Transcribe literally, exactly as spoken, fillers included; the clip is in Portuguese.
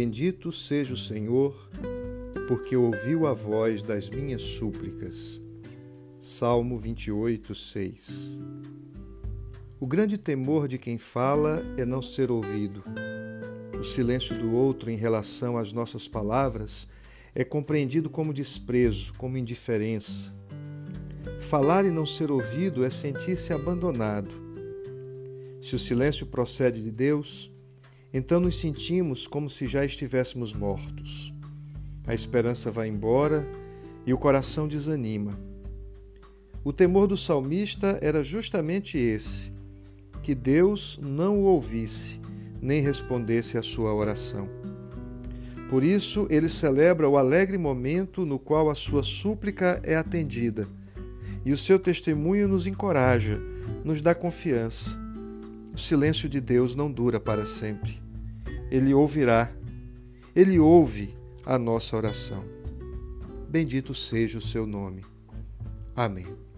Bendito seja o Senhor, porque ouviu a voz das minhas súplicas. Salmo vinte e oito, seis. O grande temor de quem fala é não ser ouvido. O silêncio do outro em relação às nossas palavras é compreendido como desprezo, como indiferença. Falar e não ser ouvido é sentir-se abandonado. Se o silêncio procede de Deus, então nos sentimos como se já estivéssemos mortos. A esperança vai embora e o coração desanima. O temor do salmista era justamente esse, que Deus não o ouvisse, nem respondesse à sua oração. Por isso, ele celebra o alegre momento no qual a sua súplica é atendida, e o seu testemunho nos encoraja, nos dá confiança. O silêncio de Deus não dura para sempre. Ele ouvirá, Ele ouve a nossa oração. Bendito seja o seu nome. Amém.